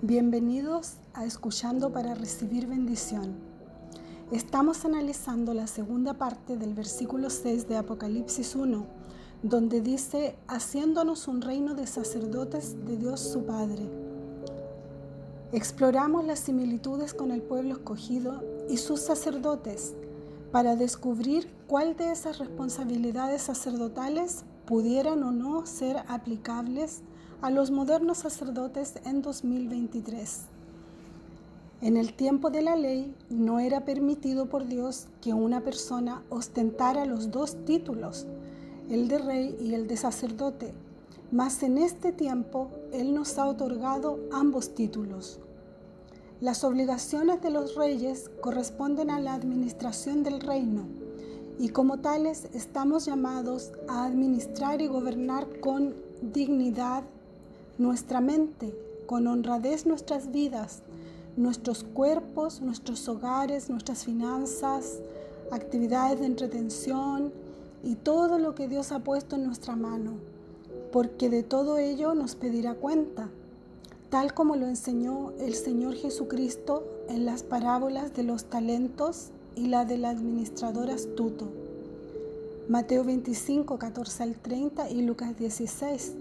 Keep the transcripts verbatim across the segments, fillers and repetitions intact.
Bienvenidos a Escuchando para Recibir Bendición. Estamos analizando la segunda parte del versículo seis de Apocalipsis uno, donde dice, haciéndonos un reino de sacerdotes de Dios su Padre. Exploramos las similitudes con el pueblo escogido y sus sacerdotes para descubrir cuál de esas responsabilidades sacerdotales pudieran o no ser aplicables a los modernos sacerdotes en dos mil veintitrés. En el tiempo de la ley no era permitido por Dios que una persona ostentara los dos títulos, el de rey y el de sacerdote, mas en este tiempo Él nos ha otorgado ambos títulos. Las obligaciones de los reyes corresponden a la administración del reino y como tales estamos llamados a administrar y gobernar con dignidad nuestra mente, con honradez nuestras vidas, nuestros cuerpos, nuestros hogares, nuestras finanzas, actividades de entretención y todo lo que Dios ha puesto en nuestra mano, porque de todo ello nos pedirá cuenta, tal como lo enseñó el Señor Jesucristo en las parábolas de los talentos y la del administrador astuto. Mateo veinticinco, catorce al treinta y Lucas dieciséis.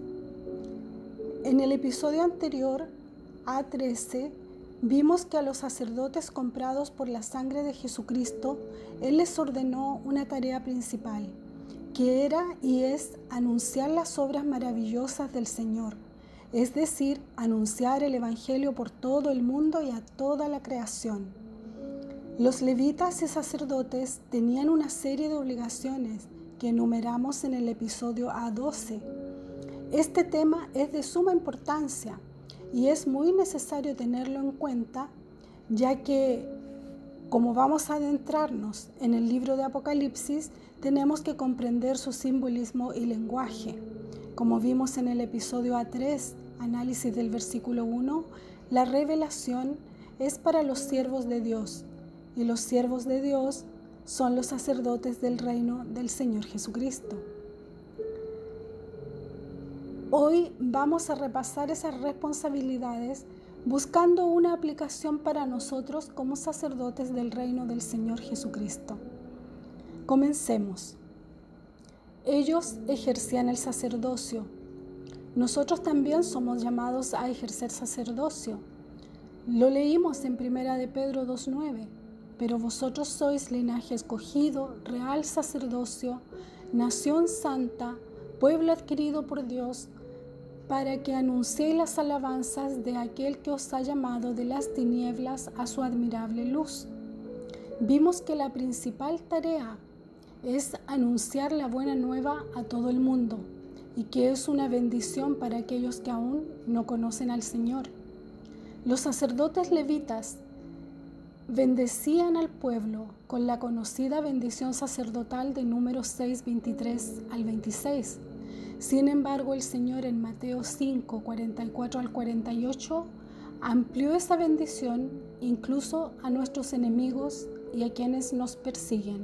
En el episodio anterior, A trece, vimos que a los sacerdotes comprados por la sangre de Jesucristo, Él les ordenó una tarea principal, que era y es anunciar las obras maravillosas del Señor, es decir, anunciar el Evangelio por todo el mundo y a toda la creación. Los levitas y sacerdotes tenían una serie de obligaciones que enumeramos en el episodio A doce. Este tema es de suma importancia y es muy necesario tenerlo en cuenta, ya que, como vamos a adentrarnos en el libro de Apocalipsis, tenemos que comprender su simbolismo y lenguaje. Como vimos en el episodio A tres, análisis del versículo uno, la revelación es para los siervos de Dios, y los siervos de Dios son los sacerdotes del reino del Señor Jesucristo. Hoy vamos a repasar esas responsabilidades buscando una aplicación para nosotros como sacerdotes del reino del Señor Jesucristo. Comencemos. Ellos ejercían el sacerdocio. Nosotros también somos llamados a ejercer sacerdocio. Lo leímos en Primera de Pedro dos nueve. Pero vosotros sois linaje escogido, real sacerdocio, nación santa, pueblo adquirido por Dios, para que anunciéis las alabanzas de aquel que os ha llamado de las tinieblas a su admirable luz. Vimos que la principal tarea es anunciar la buena nueva a todo el mundo y que es una bendición para aquellos que aún no conocen al Señor. Los sacerdotes levitas bendecían al pueblo con la conocida bendición sacerdotal de Números seis, veintitrés al veintiséis. Sin embargo, el Señor en Mateo cinco, cuarenta y cuatro al cuarenta y ocho amplió esa bendición incluso a nuestros enemigos y a quienes nos persiguen.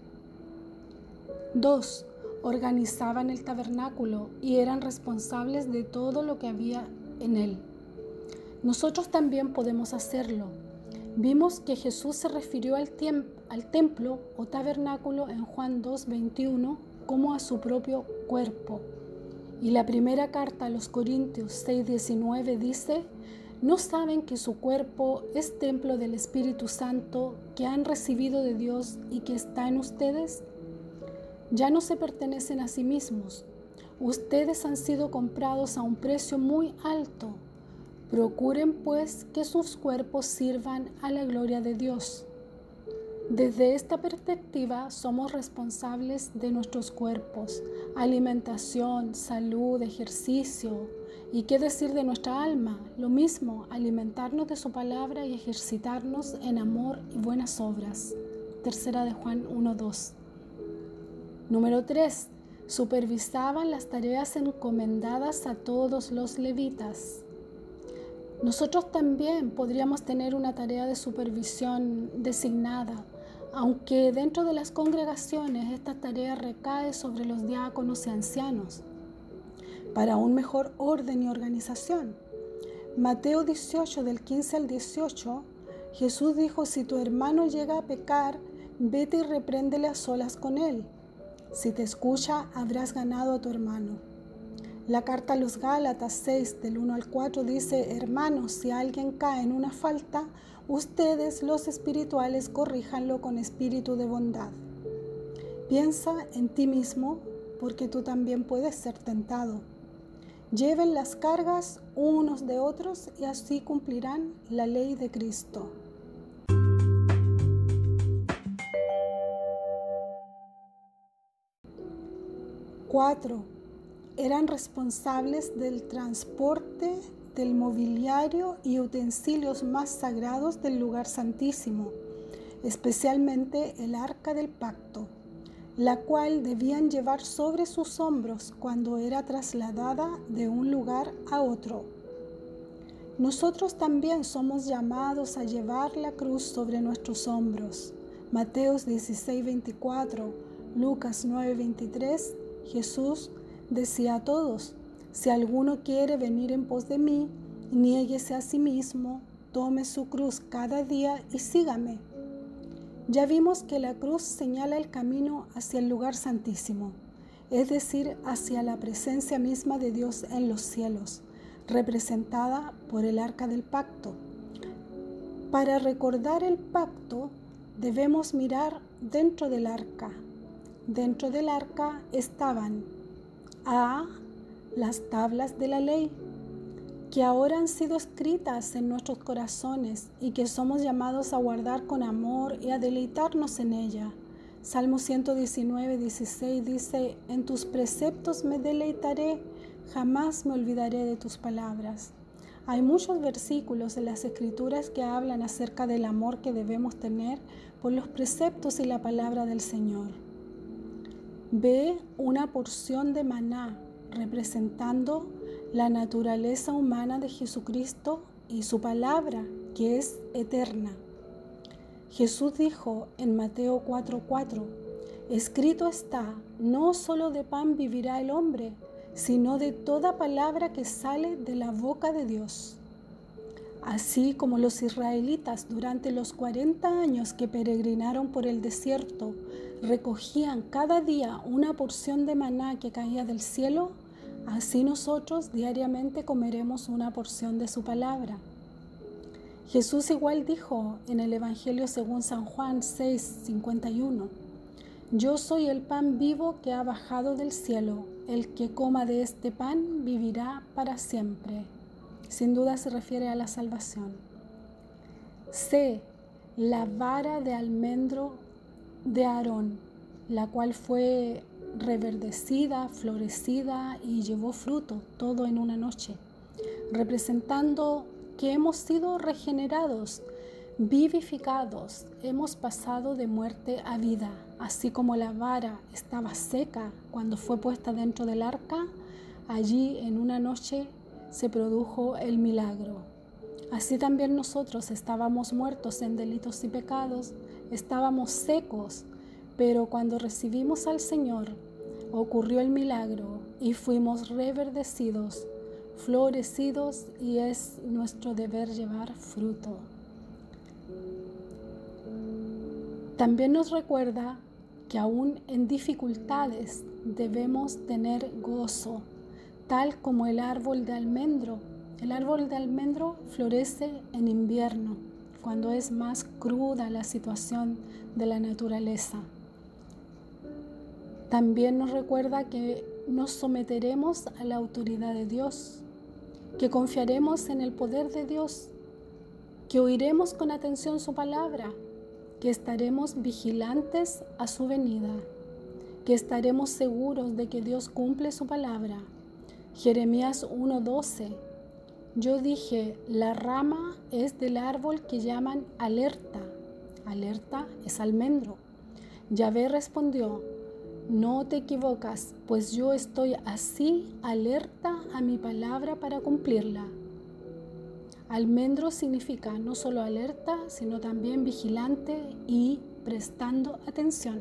dos. Organizaban el tabernáculo y eran responsables de todo lo que había en él. Nosotros también podemos hacerlo. Vimos que Jesús se refirió al, tiemp- al templo o tabernáculo en Juan dos, veintiuno como a su propio cuerpo. Y la primera carta a los Corintios seis, diecinueve dice, ¿no saben que su cuerpo es templo del Espíritu Santo que han recibido de Dios y que está en ustedes? Ya no se pertenecen a sí mismos. Ustedes han sido comprados a un precio muy alto. Procuren pues que sus cuerpos sirvan a la gloria de Dios. Desde esta perspectiva somos responsables de nuestros cuerpos, alimentación, salud, ejercicio y qué decir de nuestra alma, lo mismo, alimentarnos de su palabra y ejercitarnos en amor y buenas obras. Tercera de Juan uno, dos. Número tres. Supervisaban las tareas encomendadas a todos los levitas. Nosotros también podríamos tener una tarea de supervisión designada, aunque dentro de las congregaciones esta tarea recae sobre los diáconos y ancianos, para un mejor orden y organización. Mateo dieciocho, del quince al dieciocho, Jesús dijo: si tu hermano llega a pecar, vete y repréndele a solas con él. Si te escucha, habrás ganado a tu hermano. La carta a los Gálatas seis, del uno al cuatro dice: hermanos, si alguien cae en una falta, ustedes los espirituales corríjanlo con espíritu de bondad. Piensa en ti mismo, porque tú también puedes ser tentado. Lleven las cargas unos de otros y así cumplirán la ley de Cristo. cuatro. Eran responsables del transporte del mobiliario y utensilios más sagrados del lugar santísimo, especialmente el arca del pacto, la cual debían llevar sobre sus hombros cuando era trasladada de un lugar a otro. Nosotros también somos llamados a llevar la cruz sobre nuestros hombros. Mateo dieciséis, veinticuatro, Lucas nueve, veintitrés, Jesús decía a todos: si alguno quiere venir en pos de mí, niéguese a sí mismo, tome su cruz cada día y sígame. Ya vimos que la cruz señala el camino hacia el lugar santísimo, es decir, hacia la presencia misma de Dios en los cielos, representada por el arca del pacto. Para recordar el pacto, debemos mirar dentro del arca. Dentro del arca estaban A. las tablas de la ley, que ahora han sido escritas en nuestros corazones y que somos llamados a guardar con amor y a deleitarnos en ella. Salmo ciento diecinueve, dieciséis dice: en tus preceptos me deleitaré, jamás me olvidaré de tus palabras. Hay muchos versículos en las Escrituras que hablan acerca del amor que debemos tener por los preceptos y la palabra del Señor. Ve una porción de maná representando la naturaleza humana de Jesucristo y su palabra, que es eterna. Jesús dijo en Mateo cuatro, cuatro: escrito está, no solo de pan vivirá el hombre, sino de toda palabra que sale de la boca de Dios. Así como los israelitas durante los cuarenta años que peregrinaron por el desierto recogían cada día una porción de maná que caía del cielo, así nosotros diariamente comeremos una porción de su palabra. Jesús igual dijo en el Evangelio según San Juan seis, cincuenta y uno: yo soy el pan vivo que ha bajado del cielo, el que coma de este pan vivirá para siempre. Sin duda se refiere a la salvación. C. La vara de almendro de Aarón, la cual fue reverdecida, florecida y llevó fruto, todo en una noche, representando que hemos sido regenerados, vivificados, hemos pasado de muerte a vida. Así como la vara estaba seca cuando fue puesta dentro del arca, allí en una noche se produjo el milagro. Así también nosotros estábamos muertos en delitos y pecados, estábamos secos, pero cuando recibimos al Señor ocurrió el milagro y fuimos reverdecidos, florecidos, y es nuestro deber llevar fruto. También nos recuerda que aún en dificultades debemos tener gozo, tal como el árbol de almendro. El árbol de almendro florece en invierno, cuando es más cruda la situación de la naturaleza. También nos recuerda que nos someteremos a la autoridad de Dios, que confiaremos en el poder de Dios, que oiremos con atención su palabra, que estaremos vigilantes a su venida, que estaremos seguros de que Dios cumple su palabra. Jeremías uno doce: yo dije, la rama es del árbol que llaman alerta. Alerta es almendro. Yahvé respondió, no te equivocas, pues yo estoy así alerta a mi palabra para cumplirla. Almendro significa no solo alerta, sino también vigilante y prestando atención.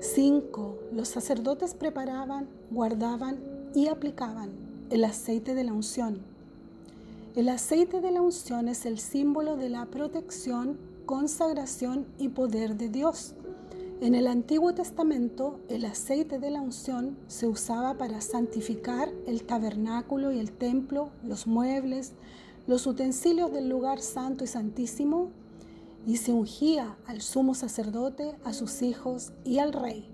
cinco. Los sacerdotes preparaban, guardaban y aplicaban el aceite de la unción. El aceite de la unción es el símbolo de la protección, consagración y poder de Dios. En el Antiguo Testamento, el aceite de la unción se usaba para santificar el tabernáculo y el templo, los muebles, los utensilios del lugar santo y santísimo, y se ungía al sumo sacerdote, a sus hijos y al rey.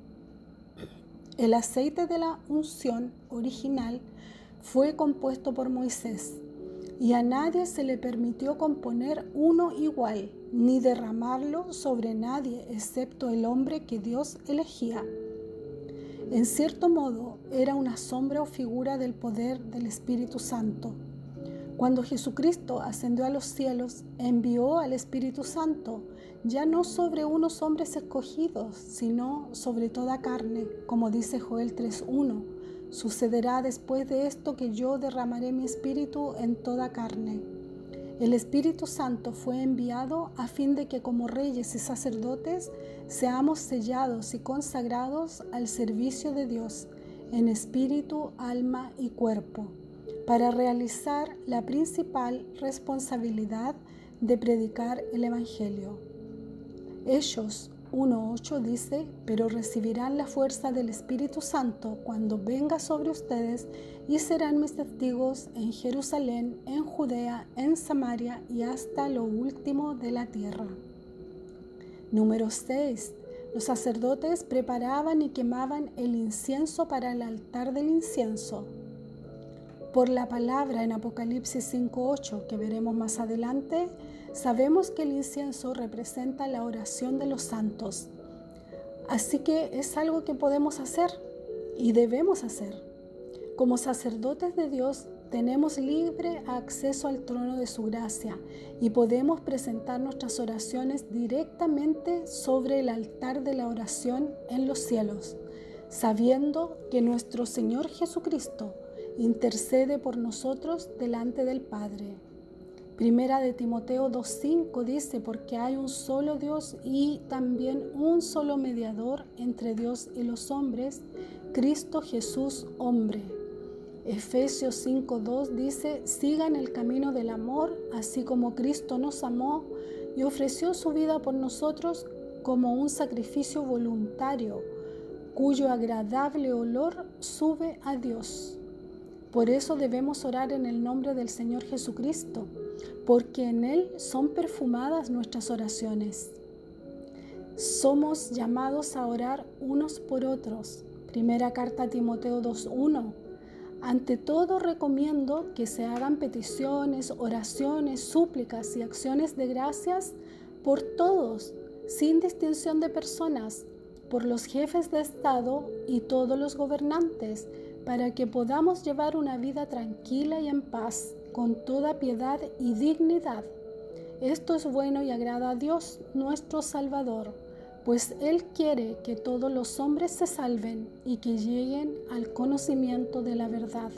El aceite de la unción original fue compuesto por Moisés, y a nadie se le permitió componer uno igual, ni derramarlo sobre nadie, excepto el hombre que Dios elegía. En cierto modo, era una sombra o figura del poder del Espíritu Santo. Cuando Jesucristo ascendió a los cielos, envió al Espíritu Santo, ya no sobre unos hombres escogidos, sino sobre toda carne, como dice Joel tres uno. Sucederá después de esto que yo derramaré mi espíritu en toda carne. El Espíritu Santo fue enviado a fin de que como reyes y sacerdotes seamos sellados y consagrados al servicio de Dios en espíritu, alma y cuerpo, para realizar la principal responsabilidad de predicar el Evangelio. Hechos uno ocho dice: pero recibirán la fuerza del Espíritu Santo cuando venga sobre ustedes y serán mis testigos en Jerusalén, en Judea, en Samaria y hasta lo último de la tierra. Número seis. Los sacerdotes preparaban y quemaban el incienso para el altar del incienso. Por la palabra en Apocalipsis cinco ocho, que veremos más adelante, sabemos que el incienso representa la oración de los santos. Así que es algo que podemos hacer y debemos hacer. Como sacerdotes de Dios, tenemos libre acceso al trono de su gracia y podemos presentar nuestras oraciones directamente sobre el altar de la oración en los cielos, sabiendo que nuestro Señor Jesucristo intercede por nosotros delante del Padre. Primera de Timoteo dos cinco dice: porque hay un solo Dios y también un solo mediador entre Dios y los hombres, Cristo Jesús hombre. Efesios cinco dos dice: sigan el camino del amor, así como Cristo nos amó y ofreció su vida por nosotros como un sacrificio voluntario, cuyo agradable olor sube a Dios. Por eso debemos orar en el nombre del Señor Jesucristo, porque en Él son perfumadas nuestras oraciones. Somos llamados a orar unos por otros. Primera carta a Timoteo dos uno. Ante todo recomiendo que se hagan peticiones, oraciones, súplicas y acciones de gracias por todos, sin distinción de personas, por los jefes de Estado y todos los gobernantes, para que podamos llevar una vida tranquila y en paz, con toda piedad y dignidad. Esto es bueno y agrada a Dios, nuestro Salvador, pues Él quiere que todos los hombres se salven y que lleguen al conocimiento de la verdad.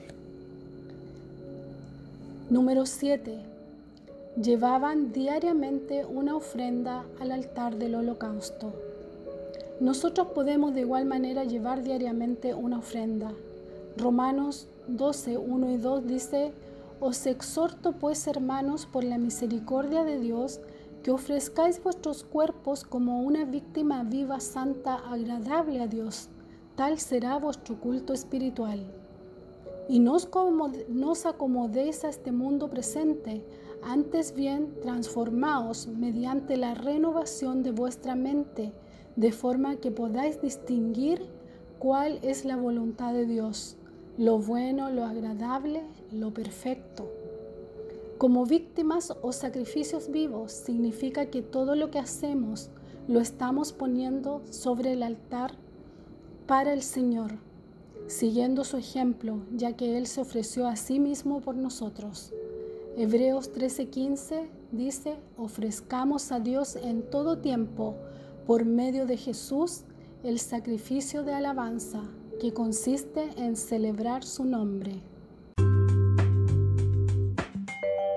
Número siete. Llevaban diariamente una ofrenda al altar del holocausto. Nosotros podemos de igual manera llevar diariamente una ofrenda. Romanos doce uno y dos dice: os exhorto pues, hermanos, por la misericordia de Dios, que ofrezcáis vuestros cuerpos como una víctima viva, santa, agradable a Dios. Tal será vuestro culto espiritual. Y no os, no os acomodéis a este mundo presente, antes bien transformaos mediante la renovación de vuestra mente, de forma que podáis distinguir cuál es la voluntad de Dios, lo bueno, lo agradable, lo perfecto. Como víctimas o sacrificios vivos significa que todo lo que hacemos lo estamos poniendo sobre el altar para el Señor, siguiendo su ejemplo, ya que Él se ofreció a sí mismo por nosotros. Hebreos trece quince dice: ofrezcamos a Dios en todo tiempo, por medio de Jesús, el sacrificio de alabanza, que consiste en celebrar su nombre.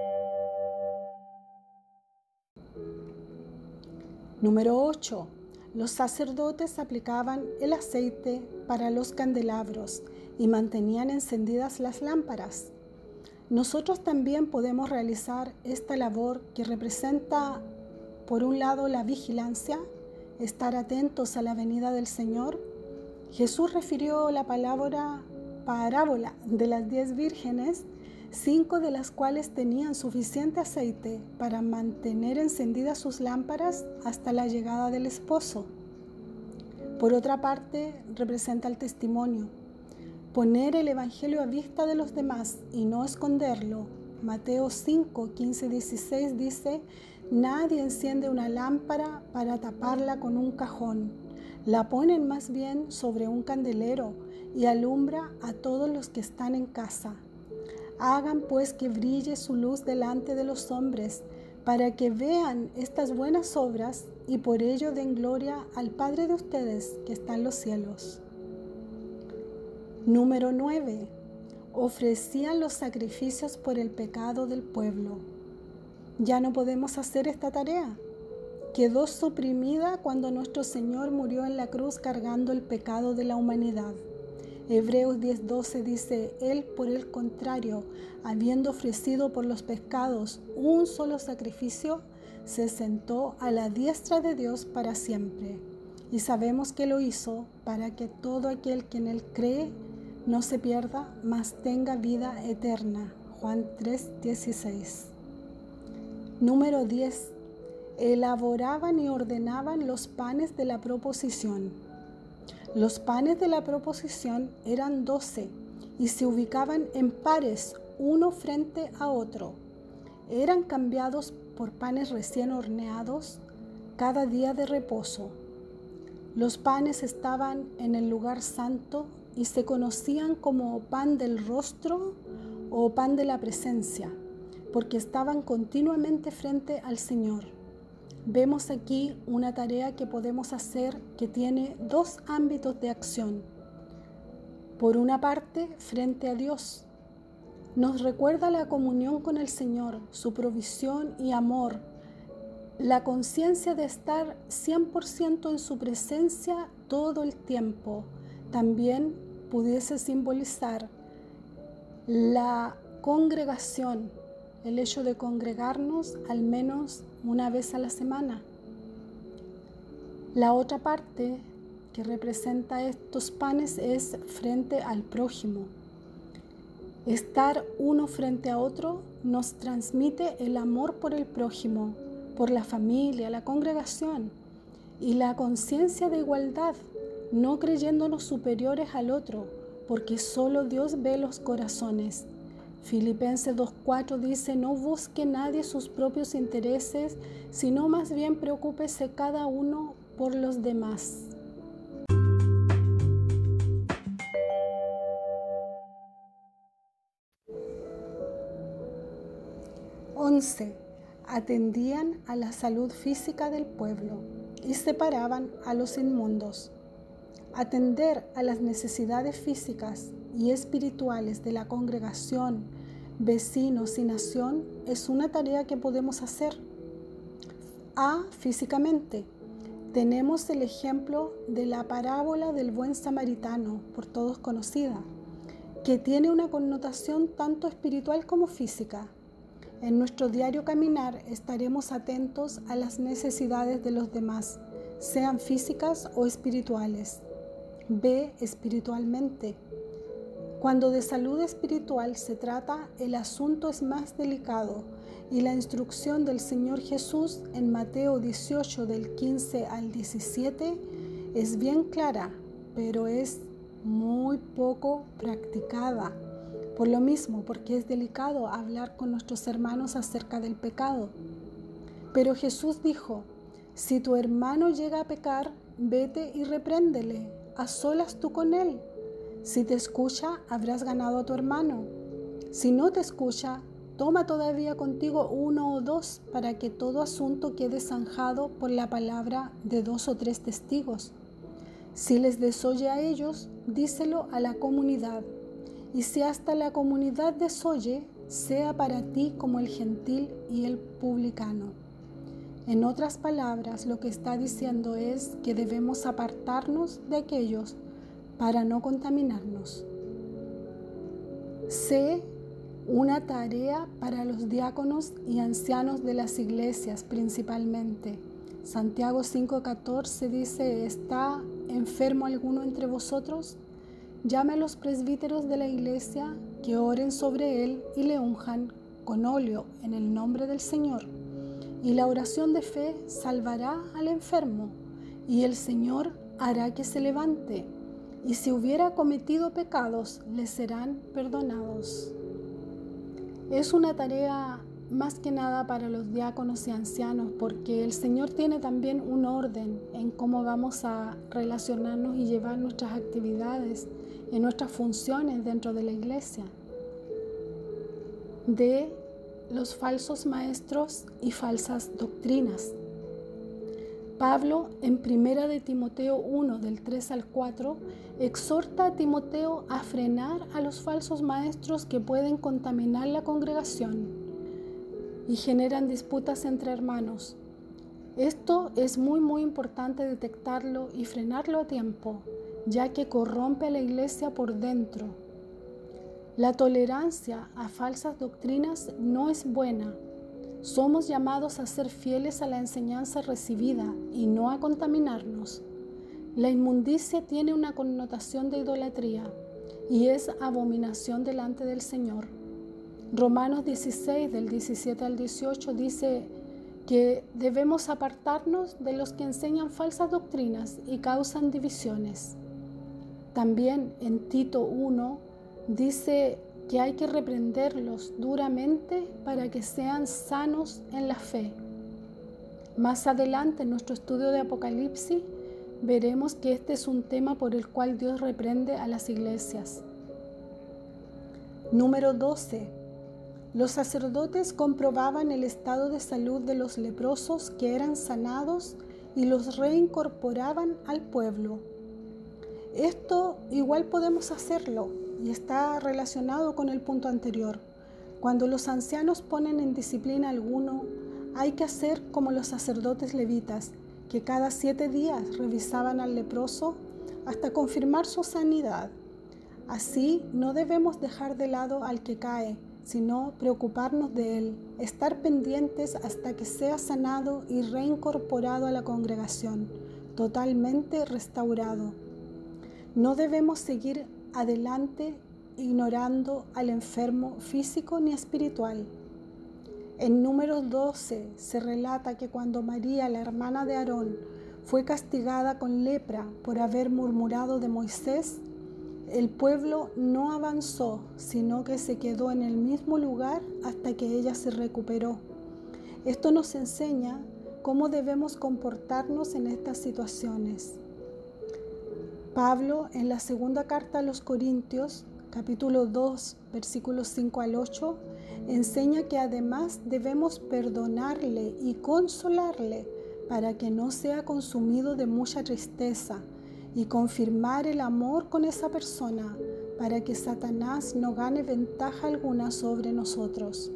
Número ocho. los sacerdotes aplicaban el aceite para los candelabros y mantenían encendidas las lámparas. Nosotros también podemos realizar esta labor que representa, por un lado, la vigilancia, estar atentos a la venida del Señor. Jesús refirió la palabra parábola de las diez vírgenes, cinco de las cuales tenían suficiente aceite para mantener encendidas sus lámparas hasta la llegada del esposo. Por otra parte, representa el testimonio, poner el evangelio a vista de los demás y no esconderlo. Mateo cinco, quince, dieciséis dice: nadie enciende una lámpara para taparla con un cajón, la ponen más bien sobre un candelero y alumbra a todos los que están en casa. Hagan pues que brille su luz delante de los hombres, para que vean estas buenas obras y por ello den gloria al Padre de ustedes que está en los cielos. Número nueve. Ofrecían los sacrificios por el pecado del pueblo. Ya no podemos hacer esta tarea. Quedó suprimida cuando nuestro Señor murió en la cruz cargando el pecado de la humanidad. Hebreos diez doce dice: Él, por el contrario, habiendo ofrecido por los pecados un solo sacrificio, se sentó a la diestra de Dios para siempre. Y sabemos que lo hizo para que todo aquel que en Él cree no se pierda, mas tenga vida eterna. Juan tres dieciséis. Número diez. Elaboraban y ordenaban los panes de la proposición. Los panes de la proposición eran doce y se ubicaban en pares, uno frente a otro. Eran cambiados por panes recién horneados cada día de reposo. Los panes estaban en el lugar santo y se conocían como pan del rostro o pan de la presencia, porque estaban continuamente frente al Señor. Vemos aquí una tarea que podemos hacer que tiene dos ámbitos de acción. Por una parte, frente a Dios, nos recuerda la comunión con el Señor, su provisión y amor, la conciencia de estar cien por ciento en su presencia todo el tiempo. También pudiese simbolizar la congregación, el hecho de congregarnos al menos una vez a la semana. La otra parte que representa estos panes es frente al prójimo. Estar uno frente a otro nos transmite el amor por el prójimo, por la familia, la congregación y la conciencia de igualdad, no creyéndonos superiores al otro, porque solo Dios ve los corazones. Filipenses dos cuatro dice: no busque nadie sus propios intereses, sino más bien preocúpese cada uno por los demás. once. Atendían a la salud física del pueblo y separaban a los inmundos. Atender a las necesidades físicas y espirituales de la congregación, vecinos y nación es una tarea que podemos hacer. A. Físicamente. Tenemos el ejemplo de la parábola del buen samaritano, por todos conocida, que tiene una connotación tanto espiritual como física. En nuestro diario caminar estaremos atentos a las necesidades de los demás, sean físicas o espirituales. B. Espiritualmente. Cuando de salud espiritual se trata, el asunto es más delicado y la instrucción del Señor Jesús en Mateo dieciocho del quince al diecisiete es bien clara, pero es muy poco practicada. Por lo mismo, porque es delicado hablar con nuestros hermanos acerca del pecado. Pero Jesús dijo: si tu hermano llega a pecar, vete y repréndele, a solas tú con él. Si te escucha, habrás ganado a tu hermano. Si no te escucha, toma todavía contigo uno o dos, para que todo asunto quede zanjado por la palabra de dos o tres testigos. Si les desoye a ellos, díselo a la comunidad. Y si hasta la comunidad desoye, sea para ti como el gentil y el publicano. En otras palabras, lo que está diciendo es que debemos apartarnos de aquellos para no contaminarnos. C. Una tarea para los diáconos y ancianos de las iglesias principalmente. Santiago cinco catorce dice: ¿está enfermo alguno entre vosotros? Llame a los presbíteros de la iglesia que oren sobre él y le unjan con óleo en el nombre del Señor. Y la oración de fe salvará al enfermo, y el Señor hará que se levante, y si hubiera cometido pecados, le serán perdonados. Es una tarea más que nada para los diáconos y ancianos, porque el Señor tiene también un orden en cómo vamos a relacionarnos y llevar nuestras actividades y nuestras funciones dentro de la iglesia. De los falsos maestros y falsas doctrinas. Pablo, en primera de Timoteo uno, del tres al cuatro, exhorta a Timoteo a frenar a los falsos maestros que pueden contaminar la congregación y generan disputas entre hermanos. Esto es muy muy importante detectarlo y frenarlo a tiempo, ya que corrompe a la iglesia por dentro. La tolerancia a falsas doctrinas no es buena. Somos llamados a ser fieles a la enseñanza recibida y no a contaminarnos. La inmundicia tiene una connotación de idolatría y es abominación delante del Señor. Romanos dieciséis, del diecisiete al dieciocho, dice que debemos apartarnos de los que enseñan falsas doctrinas y causan divisiones. También en Tito uno dice que hay que reprenderlos duramente para que sean sanos en la fe. Más adelante en nuestro estudio de Apocalipsis veremos que este es un tema por el cual Dios reprende a las iglesias. Número doce. Los sacerdotes comprobaban el estado de salud de los leprosos que eran sanados y los reincorporaban al pueblo. Esto igual podemos hacerlo y está relacionado con el punto anterior. Cuando los ancianos ponen en disciplina a alguno, hay que hacer como los sacerdotes levitas, que cada siete días revisaban al leproso hasta confirmar su sanidad. Así no debemos dejar de lado al que cae, sino preocuparnos de él, estar pendientes hasta que sea sanado y reincorporado a la congregación, totalmente restaurado. No debemos seguir adelante ignorando al enfermo físico ni espiritual. En Números doce se relata que cuando María, la hermana de Aarón, fue castigada con lepra por haber murmurado de Moisés, el pueblo no avanzó, sino que se quedó en el mismo lugar hasta que ella se recuperó. Esto nos enseña cómo debemos comportarnos en estas situaciones. Pablo, en la segunda carta a los Corintios, capítulo dos, versículos cinco al ocho, enseña que además debemos perdonarle y consolarle para que no sea consumido de mucha tristeza, y confirmar el amor con esa persona para que Satanás no gane ventaja alguna sobre nosotros.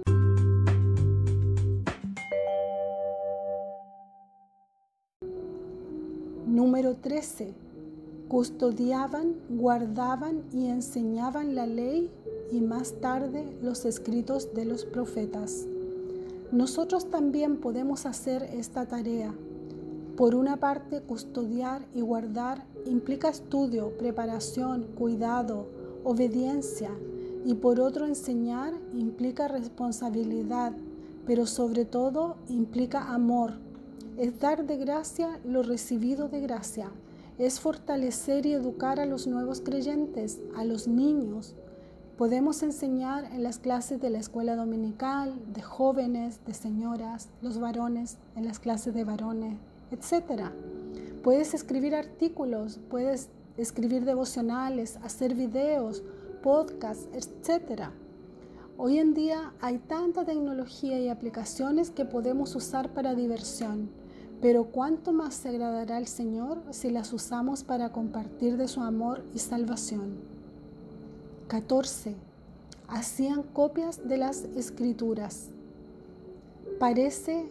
Número trece. Custodiaban, guardaban y enseñaban la ley y más tarde los escritos de los profetas. Nosotros también podemos hacer esta tarea. Por una parte, custodiar y guardar implica estudio, preparación, cuidado, obediencia, y por otro, enseñar implica responsabilidad, pero sobre todo implica amor. Es dar de gracia lo recibido de gracia. Es fortalecer y educar a los nuevos creyentes, a los niños. Podemos enseñar en las clases de la escuela dominical, de jóvenes, de señoras, los varones, en las clases de varones, etcétera. Puedes escribir artículos, puedes escribir devocionales, hacer videos, podcasts, etcétera. Hoy en día hay tanta tecnología y aplicaciones que podemos usar para diversión, pero ¿cuánto más se agradará al Señor si las usamos para compartir de su amor y salvación? catorce. Hacían copias de las Escrituras. Parece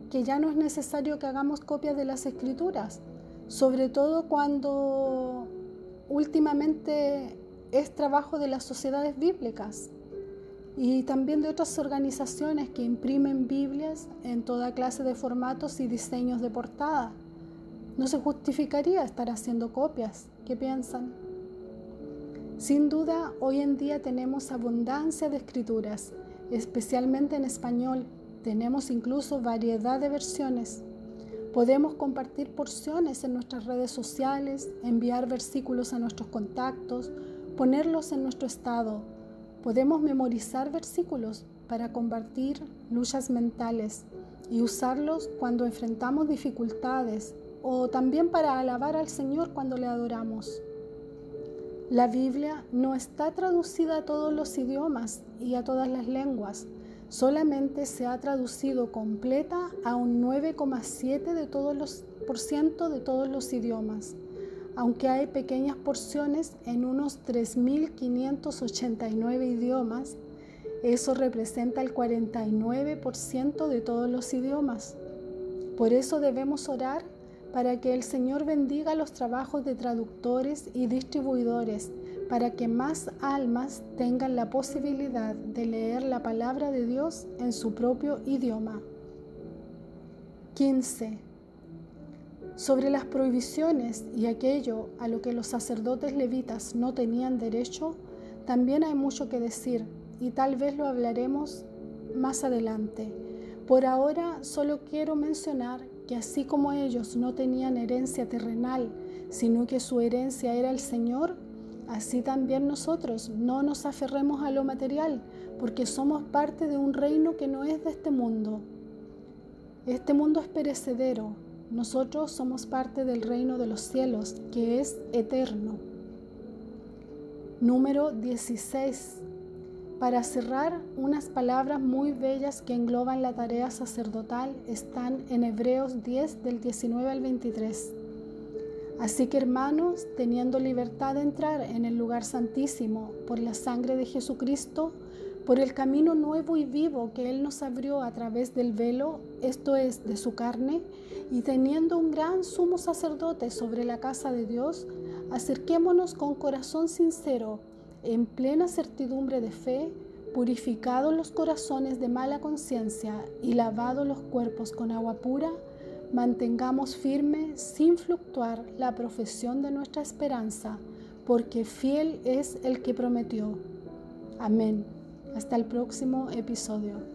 que ya no es necesario que hagamos copias de las Escrituras, sobre todo cuando últimamente es trabajo de las sociedades bíblicas y también de otras organizaciones que imprimen Biblias en toda clase de formatos y diseños de portada. No se justificaría estar haciendo copias. ¿Qué piensan? Sin duda, hoy en día tenemos abundancia de escrituras, especialmente en español. Tenemos incluso variedad de versiones. Podemos compartir porciones en nuestras redes sociales, enviar versículos a nuestros contactos, ponerlos en nuestro estado. Podemos memorizar versículos para combatir luchas mentales y usarlos cuando enfrentamos dificultades o también para alabar al Señor cuando le adoramos. La Biblia no está traducida a todos los idiomas y a todas las lenguas. Solamente se ha traducido completa a un nueve coma siete de todos los, por ciento de todos los idiomas, aunque hay pequeñas porciones en unos tres mil quinientos ochenta y nueve idiomas. Eso representa el cuarenta y nueve por ciento de todos los idiomas. Por eso debemos orar para que el Señor bendiga los trabajos de traductores y distribuidores, para que más almas tengan la posibilidad de leer la palabra de Dios en su propio idioma. quince. Sobre las prohibiciones y aquello a lo que los sacerdotes levitas no tenían derecho, también hay mucho que decir y tal vez lo hablaremos más adelante. Por ahora solo quiero mencionar que así como ellos no tenían herencia terrenal, sino que su herencia era el Señor, así también nosotros no nos aferremos a lo material, porque somos parte de un reino que no es de este mundo. Este mundo es perecedero, nosotros somos parte del reino de los cielos, que es eterno. Número dieciséis. Para cerrar, unas palabras muy bellas que engloban la tarea sacerdotal están en Hebreos diez, del diecinueve al veintitrés. Así que, hermanos, teniendo libertad de entrar en el lugar santísimo por la sangre de Jesucristo, por el camino nuevo y vivo que Él nos abrió a través del velo, esto es, de su carne, y teniendo un gran sumo sacerdote sobre la casa de Dios, acerquémonos con corazón sincero, en plena certidumbre de fe, purificados los corazones de mala conciencia y lavados los cuerpos con agua pura, mantengamos firme sin fluctuar la profesión de nuestra esperanza, porque fiel es el que prometió. Amén. Hasta el próximo episodio.